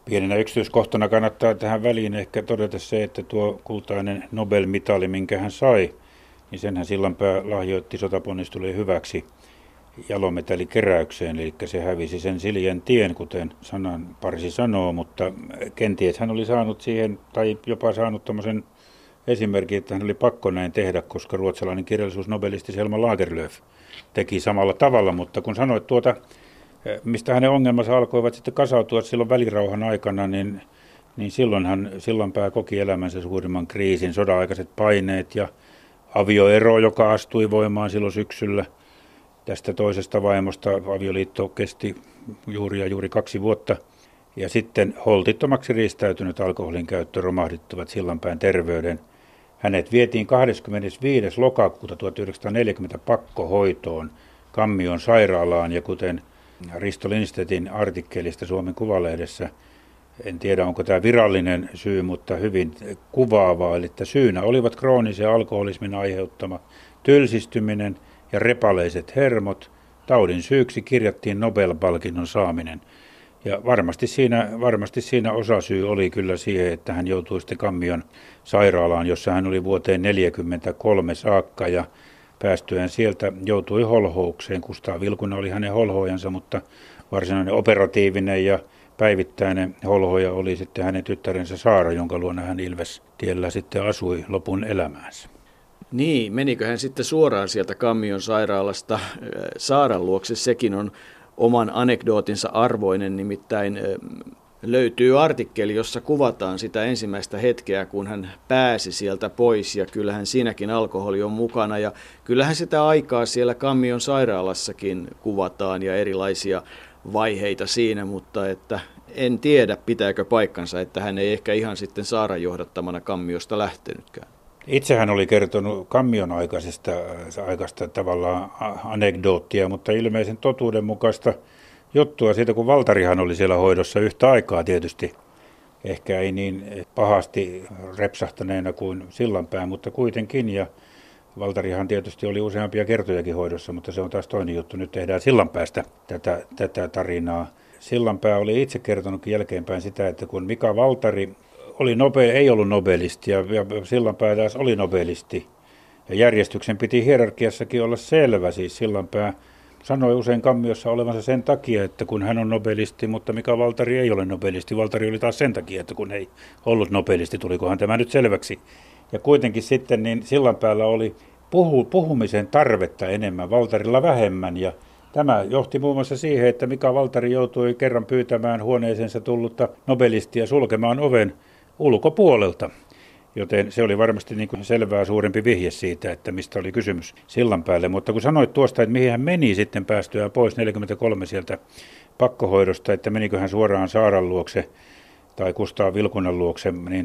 Pienenä yksityiskohtana kannattaa tähän väliin ehkä todeta se, että tuo kultainen Nobel-mitali, minkä hän sai, niin senhän Sillanpää lahjoitti sotaponnistelujen hyväksi jalometallikeräykseen, eli se hävisi sen Siljan tien, kuten sanan parsi sanoo, mutta kenties hän oli saanut siihen, tai jopa saanut tämmöisen esimerkin, että hän oli pakko näin tehdä, koska ruotsalainen kirjallisuusnobelisti Selma Lagerlöf teki samalla tavalla, mutta kun sanoit mistä hänen ongelmansa alkoivat sitten kasautua silloin välirauhan aikana, niin silloinhan Sillanpää koki elämänsä suurimman kriisin, sodan-aikaiset paineet ja avioero, joka astui voimaan silloin syksyllä. Tästä toisesta vaimosta avioliitto kesti juuri 2 vuotta. Ja sitten holtittomaksi riistäytynyt alkoholin käyttö romahdittuvat Sillanpään terveyden. Hänet vietiin 25. lokakuuta 1940 pakkohoitoon Kammion sairaalaan, ja kuten Risto Lindstedtin artikkelista Suomen Kuvalehdessä, en tiedä onko tämä virallinen syy, mutta hyvin kuvaavaa, eli että syynä olivat kroonisen alkoholismin aiheuttama tylsistyminen ja repaleiset hermot. Taudin syyksi kirjattiin Nobel-palkinnon saaminen. Ja varmasti siinä osasyy oli kyllä siihen, että hän joutui sitten Kammion sairaalaan, jossa hän oli vuoteen 1943 saakka, ja päästyään sieltä joutui holhoukseen. Kustaa Vilkuna oli hänen holhoojansa, mutta varsinainen operatiivinen ja päivittäinen holhoja oli sitten hänen tyttärensä Saara, jonka luona hän Ilvestiellä sitten asui lopun elämäänsä. Niin, menikö hän sitten suoraan sieltä Kammion sairaalasta Saaran luokse? Sekin on oman anekdootinsa arvoinen, nimittäin löytyy artikkeli, jossa kuvataan sitä ensimmäistä hetkeä, kun hän pääsi sieltä pois, ja kyllähän siinäkin alkoholi on mukana, ja kyllähän sitä aikaa siellä Kammion sairaalassakin kuvataan ja erilaisia vaiheita siinä, mutta että en tiedä, pitääkö paikkansa, että hän ei ehkä ihan sitten Saaran johdattamana Kammiosta lähtenytkään. Itse hän oli kertonut Kammion aikaista tavallaan anekdoottia, mutta ilmeisen totuudenmukaista juttua siitä, kun Valtarihan oli siellä hoidossa yhtä aikaa tietysti. Ehkä ei niin pahasti repsahtaneena kuin Sillanpää, mutta kuitenkin. Ja Valtarihan tietysti oli useampia kertojakin hoidossa, mutta se on taas toinen juttu. Nyt tehdään Sillanpäästä tätä tarinaa. Sillanpää oli itse kertonutkin jälkeenpäin sitä, että kun Mika Valtari ei ollut nobelisti ja Sillanpää taas oli nobelisti. Ja järjestyksen piti hierarkiassakin olla selvä. Siis Sillanpää sanoi usein Kammiossa olevansa sen takia, että kun hän on nobelisti, mutta Mika Valtari ei ole nobelisti. Valtari oli taas sen takia, että kun ei ollut nobelisti, tulikohan tämä nyt selväksi. Ja kuitenkin sitten niin Sillanpäällä oli puhumisen tarvetta enemmän, Valtarilla vähemmän. Ja tämä johti muun muassa siihen, että Mika Valtari joutui kerran pyytämään huoneeseensa tullutta nobelistia sulkemaan oven ulkopuolelta. Joten se oli varmasti niin kuin selvää suurempi vihje siitä, että mistä oli kysymys Sillanpäälle. Mutta kun sanoit tuosta, että mihin hän meni sitten päästyään pois 43 sieltä pakkohoidosta, että menikö hän suoraan Saaran luokse tai Kustaa Vilkunan luokse, niin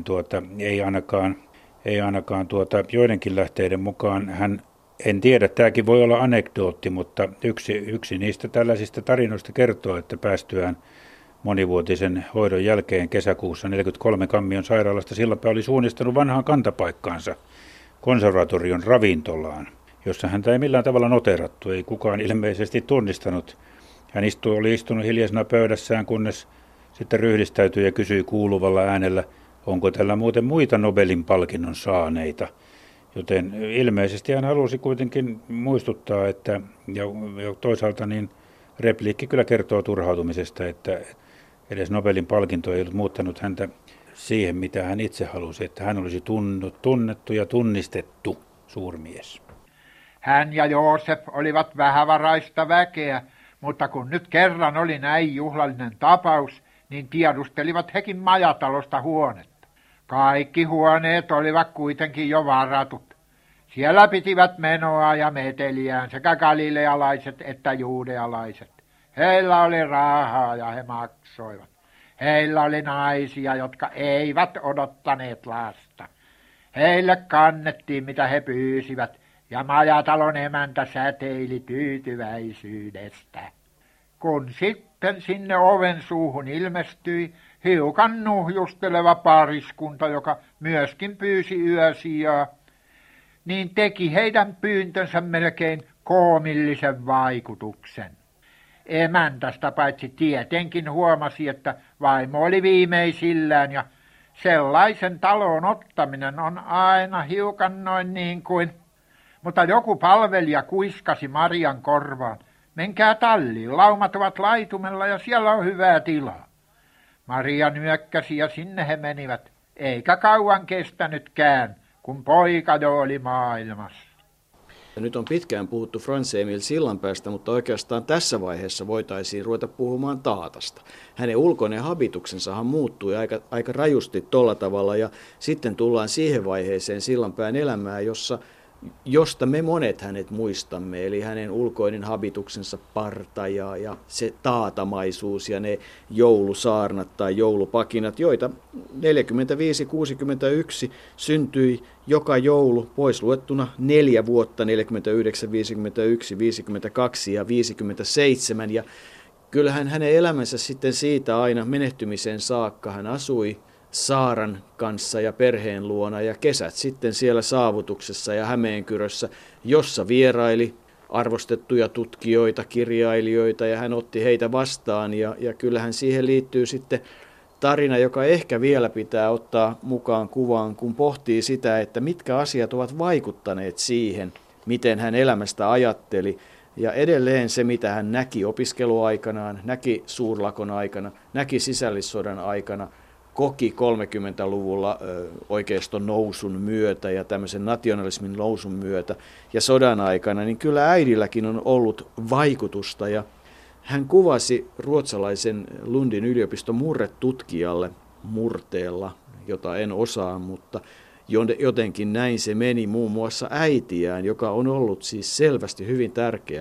ei ainakaan joidenkin lähteiden mukaan hän, en tiedä, tämäkin voi olla anekdootti, mutta yksi niistä tällaisista tarinoista kertoo, että päästyään monivuotisen hoidon jälkeen kesäkuussa 1943 Kammion sairaalasta Sillanpää oli suunnistanut vanhaan kantapaikkaansa konservatorion ravintolaan, jossa häntä ei millään tavalla noterattu, ei kukaan ilmeisesti tunnistanut. Hän oli istunut hiljaisena pöydässään, kunnes sitten ryhdistäytyi ja kysyi kuuluvalla äänellä, onko tällä muuten muita Nobelin palkinnon saaneita. Joten ilmeisesti hän halusi kuitenkin muistuttaa, että ja toisaalta niin repliikki kyllä kertoo turhautumisesta, että edes Nobelin palkinto ei ollut muuttanut häntä siihen, mitä hän itse halusi, että hän olisi tunnettu ja tunnistettu suurmies. Hän ja Joosef olivat vähävaraista väkeä, mutta kun nyt kerran oli näin juhlallinen tapaus, niin tiedustelivat hekin majatalosta huonetta. Kaikki huoneet olivat kuitenkin jo varatut. Siellä pitivät menoa ja meteliään sekä galilealaiset että juudealaiset. Heillä oli rahaa ja he maksoivat. Heillä oli naisia, jotka eivät odottaneet lasta. Heille kannettiin, mitä he pyysivät, ja majatalon emäntä säteili tyytyväisyydestä. Kun sitten sinne oven suuhun ilmestyi hiukan nuhjusteleva pariskunta, joka myöskin pyysi yösijaa, niin teki heidän pyyntönsä melkein koomillisen vaikutuksen. emäntästä, paitsi tietenkin huomasi, että vaimo oli viimeisillään ja sellaisen talon ottaminen on aina hiukan noin niin kuin, mutta joku palvelija kuiskasi Marian korvaan. Menkää talliin, laumat ovat laitumella ja siellä on hyvää tilaa. Maria nyökkäsi ja sinne he menivät, eikä kauan kestänytkään, kun poika jo oli maailmassa. Ja nyt on pitkään puhuttu Frans Emil Sillanpäästä, mutta oikeastaan tässä vaiheessa voitaisiin ruveta puhumaan Taatasta. Hänen ulkoinen habituksensahan muuttui aika rajusti tolla tavalla ja sitten tullaan siihen vaiheeseen Sillanpään elämää, josta me monet hänet muistamme, eli hänen ulkoinen habituksensa parta ja se taatamaisuus ja ne joulusaarnat tai joulupakinat, joita 45-61 syntyi joka joulu, pois luettuna 4 vuotta, 49, 51, 52 ja 57. Ja kyllähän hänen elämänsä sitten siitä aina menehtymiseen saakka hän asui Saaran kanssa ja perheen luona ja kesät sitten siellä Saavutuksessa ja Hämeenkyrössä, jossa vieraili arvostettuja tutkijoita, kirjailijoita ja hän otti heitä vastaan ja kyllähän siihen liittyy sitten tarina, joka ehkä vielä pitää ottaa mukaan kuvaan, kun pohtii sitä, että mitkä asiat ovat vaikuttaneet siihen, miten hän elämästä ajatteli. Ja edelleen se, mitä hän näki opiskeluaikanaan, näki suurlakon aikana, näki sisällissodan aikana, koki 30-luvulla oikeiston nousun myötä ja tämmöisen nationalismin nousun myötä ja sodan aikana, niin kyllä äidilläkin on ollut vaikutusta. Ja hän kuvasi ruotsalaisen Lundin yliopiston murretutkijalle murteella, jota en osaa, mutta jotenkin näin se meni muun muassa äitiään, joka on ollut siis selvästi hyvin tärkeä.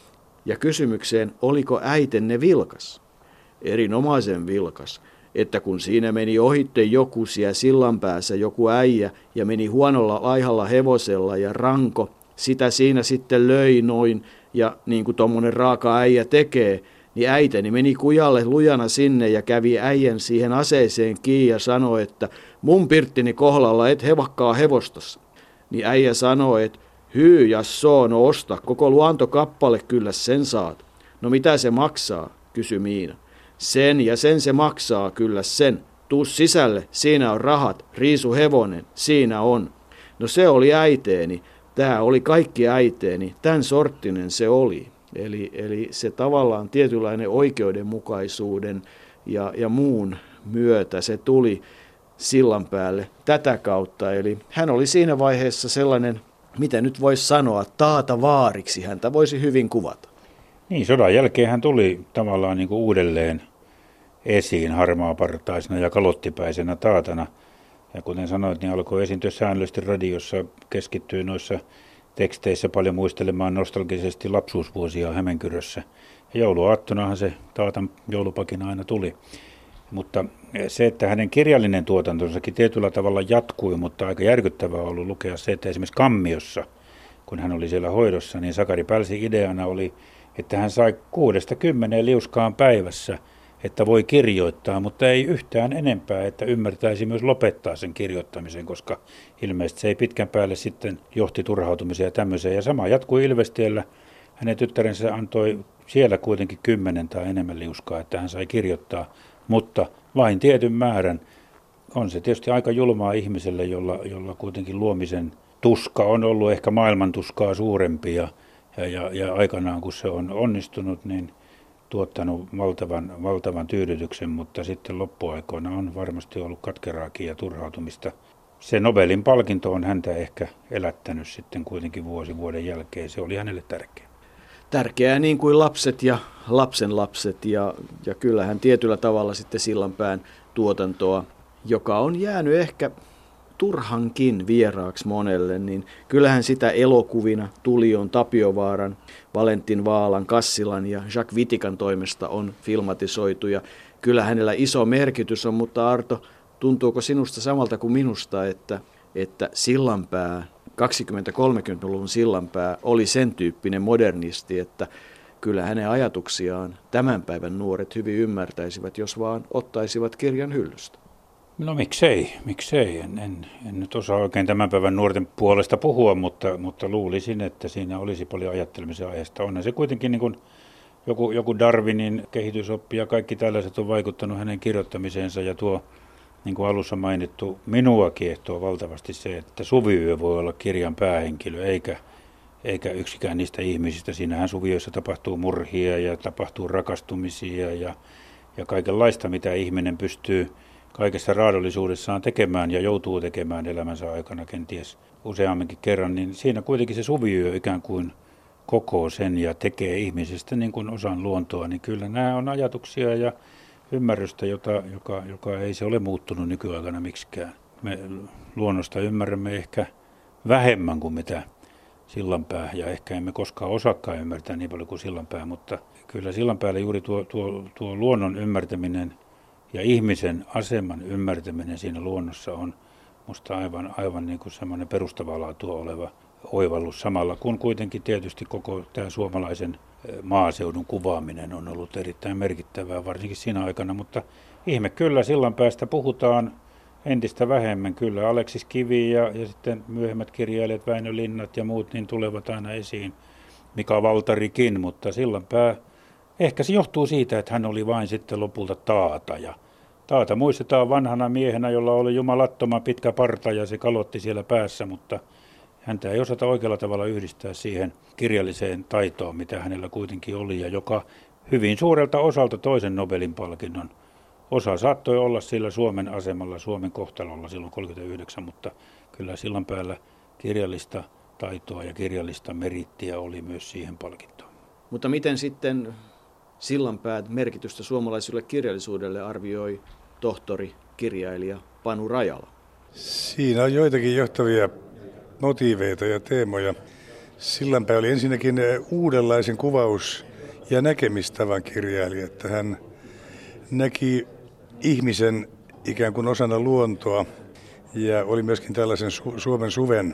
Ja kysymykseen, oliko äitenne vilkas? Erinomaisen vilkas. Että kun siinä meni ohitte joku siellä sillanpäässä joku äijä ja meni huonolla laihalla hevosella ja ranko, sitä siinä sitten löi noin ja niin kuin tommonen raaka äijä tekee, niin äiteni meni kujalle lujana sinne ja kävi äijän siihen aseeseen kiinni ja sanoi, että mun pirttini kohdalla et hevakkaa hevostas. Niin äijä sanoi, että hyy jassoo, no osta, koko luontokappale kyllä sen saat. No mitä se maksaa, kysyi Miina. Sen ja sen se maksaa kyllä sen. Tuu sisälle, siinä on rahat, riisu hevonen, siinä on. No se oli äiteeni, tämä oli kaikki äiteeni, tämän sorttinen se oli. Eli se tavallaan tietynlainen oikeudenmukaisuuden ja muun myötä se tuli Sillanpäälle tätä kautta. Eli hän oli siinä vaiheessa sellainen, mitä nyt voisi sanoa, taatavaariksi häntä voisi hyvin kuvata. Niin, sodan jälkeen hän tuli tavallaan niin kuin uudelleen esiin harmaapartaisena ja kalottipäisenä taatana. Ja kuten sanoit, niin alkoi esiintyä säännöllisesti radiossa, keskittyi noissa teksteissä paljon muistelemaan nostalgisesti lapsuusvuosia Hämeenkyrössä. Ja jouluaattonahan se taatan joulupakina aina tuli. Mutta se, että hänen kirjallinen tuotantonsakin tietyllä tavalla jatkui, mutta aika järkyttävää on ollut lukea se, että esimerkiksi Kammiossa, kun hän oli siellä hoidossa, niin Sakari Pälsin ideana oli, että hän sai 6-10 liuskaan päivässä, että voi kirjoittaa, mutta ei yhtään enempää, että ymmärtäisi myös lopettaa sen kirjoittamisen, koska ilmeisesti se ei pitkän päälle sitten johti turhautumiseen ja tämmöiseen. Ja sama jatkui Ilvestiellä. Hänen tyttärensä antoi siellä kuitenkin 10 tai enemmän liuskaa, että hän sai kirjoittaa, mutta vain tietyn määrän. On se tietysti aika julmaa ihmiselle, jolla kuitenkin luomisen tuska on ollut ehkä maailman tuskaa suurempi ja aikanaan kun se on onnistunut, niin tuottanut valtavan tyydytyksen, mutta sitten loppuaikoina on varmasti ollut katkeraakin ja turhautumista. Se Nobelin palkinto on häntä ehkä elättänyt sitten kuitenkin vuoden jälkeen. Se oli hänelle tärkeä. Tärkeää niin kuin lapset ja lapsenlapset ja kyllähän tietyllä tavalla sitten Sillanpään tuotantoa, joka on jäänyt ehkä turhankin vieraaksi monelle, niin kyllähän sitä elokuvina Tulion, Tapiovaaran, Valentin Vaalan, Kassilan ja Jacques Vitikan toimesta on filmatisoitu ja kyllä hänellä iso merkitys on, mutta Arto, tuntuuko sinusta samalta kuin minusta, että Sillanpää, 20-30-luvun Sillanpää oli sen tyyppinen modernisti, että kyllä hänen ajatuksiaan tämän päivän nuoret hyvin ymmärtäisivät, jos vaan ottaisivat kirjan hyllystä? No miksei. En nyt osaa oikein tämän päivän nuorten puolesta puhua, mutta luulisin, että siinä olisi paljon ajattelemisen aiheesta. Onhan se kuitenkin niin kuin joku Darwinin kehitysoppi ja kaikki tällaiset on vaikuttanut hänen kirjoittamiseensa ja tuo, niin kuin alussa mainittu, minua kiehtoo valtavasti se, että Suviyö voi olla kirjan päähenkilö, eikä yksikään niistä ihmisistä. Siinähän Suviyössä tapahtuu murhia ja tapahtuu rakastumisia ja kaikenlaista, mitä ihminen pystyy kaikessa raadollisuudessaan tekemään ja joutuu tekemään elämänsä aikana kenties useamminkin kerran, niin siinä kuitenkin se Suviyö ikään kuin kokoo sen ja tekee ihmisestä niin kuin osan luontoa, niin kyllä nämä on ajatuksia ja ymmärrystä, joka ei se ole muuttunut nykyaikana miksikään. Me luonnosta ymmärrämme ehkä vähemmän kuin mitä Sillanpää, ja ehkä emme koskaan osaakaan ymmärtää niin paljon kuin Sillanpää, mutta kyllä Sillanpäällä juuri tuo luonnon ymmärtäminen ja ihmisen aseman ymmärtäminen siinä luonnossa on musta aivan niin kuin semmoinen perustavaa laatua oleva oivallus samalla, kun kuitenkin tietysti koko tämä suomalaisen maaseudun kuvaaminen on ollut erittäin merkittävää, varsinkin siinä aikana, mutta ihme kyllä Sillanpäästä puhutaan entistä vähemmän. Kyllä Aleksis Kivi ja sitten myöhemmät kirjailijat Väinö Linnat ja muut niin tulevat aina esiin, Mika Valtarikin, mutta Sillanpää ehkä se johtuu siitä, että hän oli vain sitten lopulta taata. Ja taata muistetaan vanhana miehenä, jolla oli jumalattoman pitkä parta ja se kalotti siellä päässä, mutta häntä ei osata oikealla tavalla yhdistää siihen kirjalliseen taitoon, mitä hänellä kuitenkin oli ja joka hyvin suurelta osalta toisen Nobelin palkinnon osa saattoi olla sillä Suomen asemalla, Suomen kohtalolla silloin 1939, mutta kyllä Sillanpäällä kirjallista taitoa ja kirjallista merittiä oli myös siihen palkintoon. Mutta miten sitten Sillanpään merkitystä suomalaiselle kirjallisuudelle arvioi tohtori, kirjailija Panu Rajala? Siinä on joitakin johtavia motiiveita ja teemoja. Sillanpää oli ensinnäkin uudenlaisen kuvaus- ja näkemistavan kirjailija, että hän näki ihmisen ikään kuin osana luontoa ja oli myöskin tällaisen Suomen suven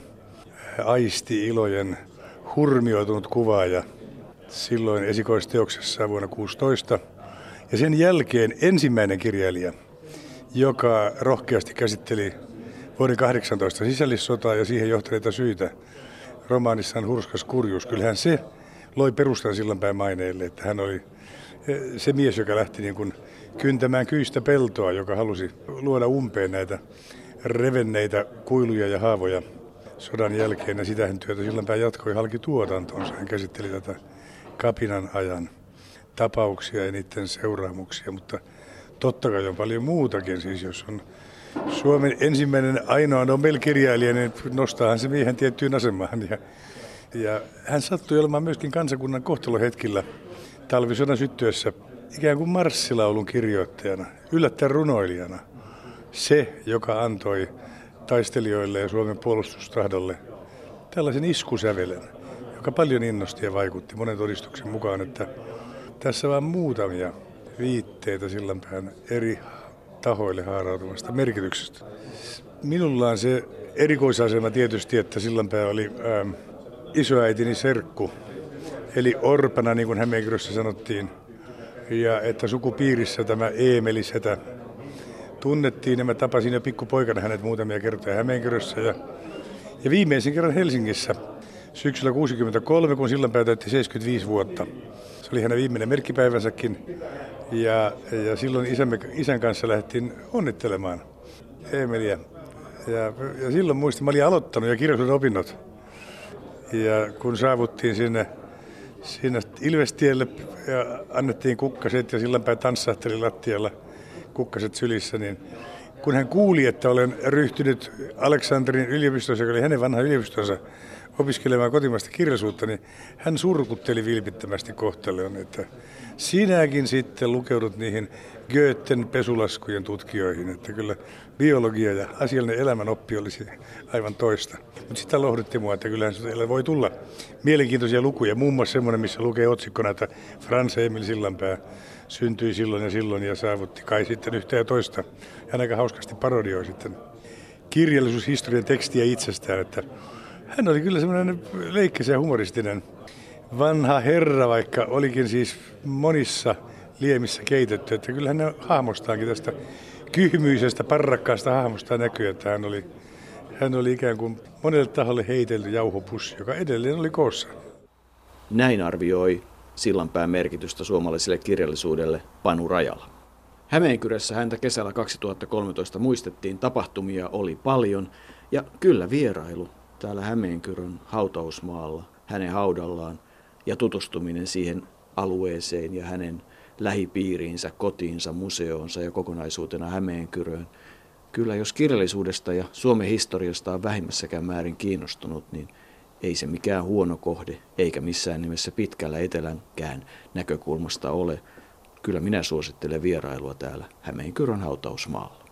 aisti-ilojen hurmioitunut kuvaaja silloin esikoisteoksessa vuonna 1916. Ja sen jälkeen ensimmäinen kirjailija, joka rohkeasti käsitteli vuoden 18 sisällissotaa ja siihen johtaneita syitä romaanissaan Hurskas kurjuus. Kyllähän se loi perustan Sillanpään maineille, että hän oli se mies, joka lähti niin kuin kyntämään kyistä peltoa, joka halusi luoda umpeen näitä revenneitä kuiluja ja haavoja sodan jälkeen. Ja sitähän työtä Sillanpää jatkoi halki tuotantonsa. Hän käsitteli tätä kapinan ajan tapauksia ja niiden seuraamuksia, mutta totta kai on paljon muutakin. Siis jos on Suomen ensimmäinen ainoa Nobel-kirjailija, niin nostaahan se miehen tiettyyn asemaan. Ja hän sattui olemaan myöskin kansakunnan kohtalohetkillä talvisodan syttyessä ikään kuin marssilaulun kirjoittajana, yllättäen runoilijana. Se, joka antoi taistelijoille ja Suomen puolustustahdolle tällaisen iskusävelen, joka paljon innosti ja vaikutti monen todistuksen mukaan, että tässä vaan muutamia viitteitä Sillanpään eri tahoille haarautuvasta merkityksestä. Minulla on se erikoisasema tietysti, että Sillanpää oli isoäitini serkku, eli orpana, niin kuin Hämeenkyrössä sanottiin, ja että sukupiirissä tämä Eemeli-setä tunnettiin, ja mä tapasin jo pikkupoikana hänet muutamia kertoja Hämeenkyrössä, ja viimeisen kerran Helsingissä syksyllä 1963, kun Sillanpää täytti 75 vuotta. Se oli hänen viimeinen merkkipäivänsäkin, ja silloin isän kanssa lähdettiin onnittelemaan Eemeliä. Ja silloin muistin, mä olin aloittanut jo kirjallisuuden opinnot. Ja kun saavuttiin sinne Ilvestielle ja annettiin kukkaset ja Sillanpää tanssahteli lattialla kukkaset sylissä, niin kun hän kuuli, että olen ryhtynyt Aleksanterin yliopistossa, joka oli hänen vanha yliopistonsa, opiskelemaan kotimaista kirjallisuutta, niin hän surkutteli vilpittömästi kohtaloon, että sinäkin sitten lukeudut niihin Goethen pesulaskujen tutkijoihin, että kyllä biologia ja asiallinen elämänoppi olisi aivan toista. Mutta sitä lohdutti mua, että kyllähän siellä voi tulla mielenkiintoisia lukuja, muun muassa semmoinen, missä lukee otsikkona, että Frans Emil Sillanpää syntyi silloin ja saavutti kai sitten yhtä ja toista. Hän aika hauskasti parodioi sitten kirjallisuushistorian tekstiä itsestään, että hän oli kyllä semmoinen leikkisä ja humoristinen vanha herra, vaikka olikin siis monissa liemissä keitetty, että kyllä hän hahmostaankin tästä kyhmyisestä, parrakkaasta hahmosta näkyy, että hän oli ikään kuin monelle taholle heitelty jauhopussi, joka edelleen oli koossa. Näin arvioi Sillanpään merkitystä suomalaiselle kirjallisuudelle Panu Rajala. Hämeenkyrässä häntä kesällä 2013 muistettiin, tapahtumia oli paljon ja kyllä vierailu täällä Hämeenkyrön hautausmaalla, hänen haudallaan ja tutustuminen siihen alueeseen ja hänen lähipiiriinsä, kotiinsa, museoonsa ja kokonaisuutena Hämeenkyröön. Kyllä jos kirjallisuudesta ja Suomen historiasta on vähimmässäkään määrin kiinnostunut, niin ei se mikään huono kohde eikä missään nimessä pitkällä etelänkään näkökulmasta ole. Kyllä minä suosittelen vierailua täällä Hämeenkyrön hautausmaalla.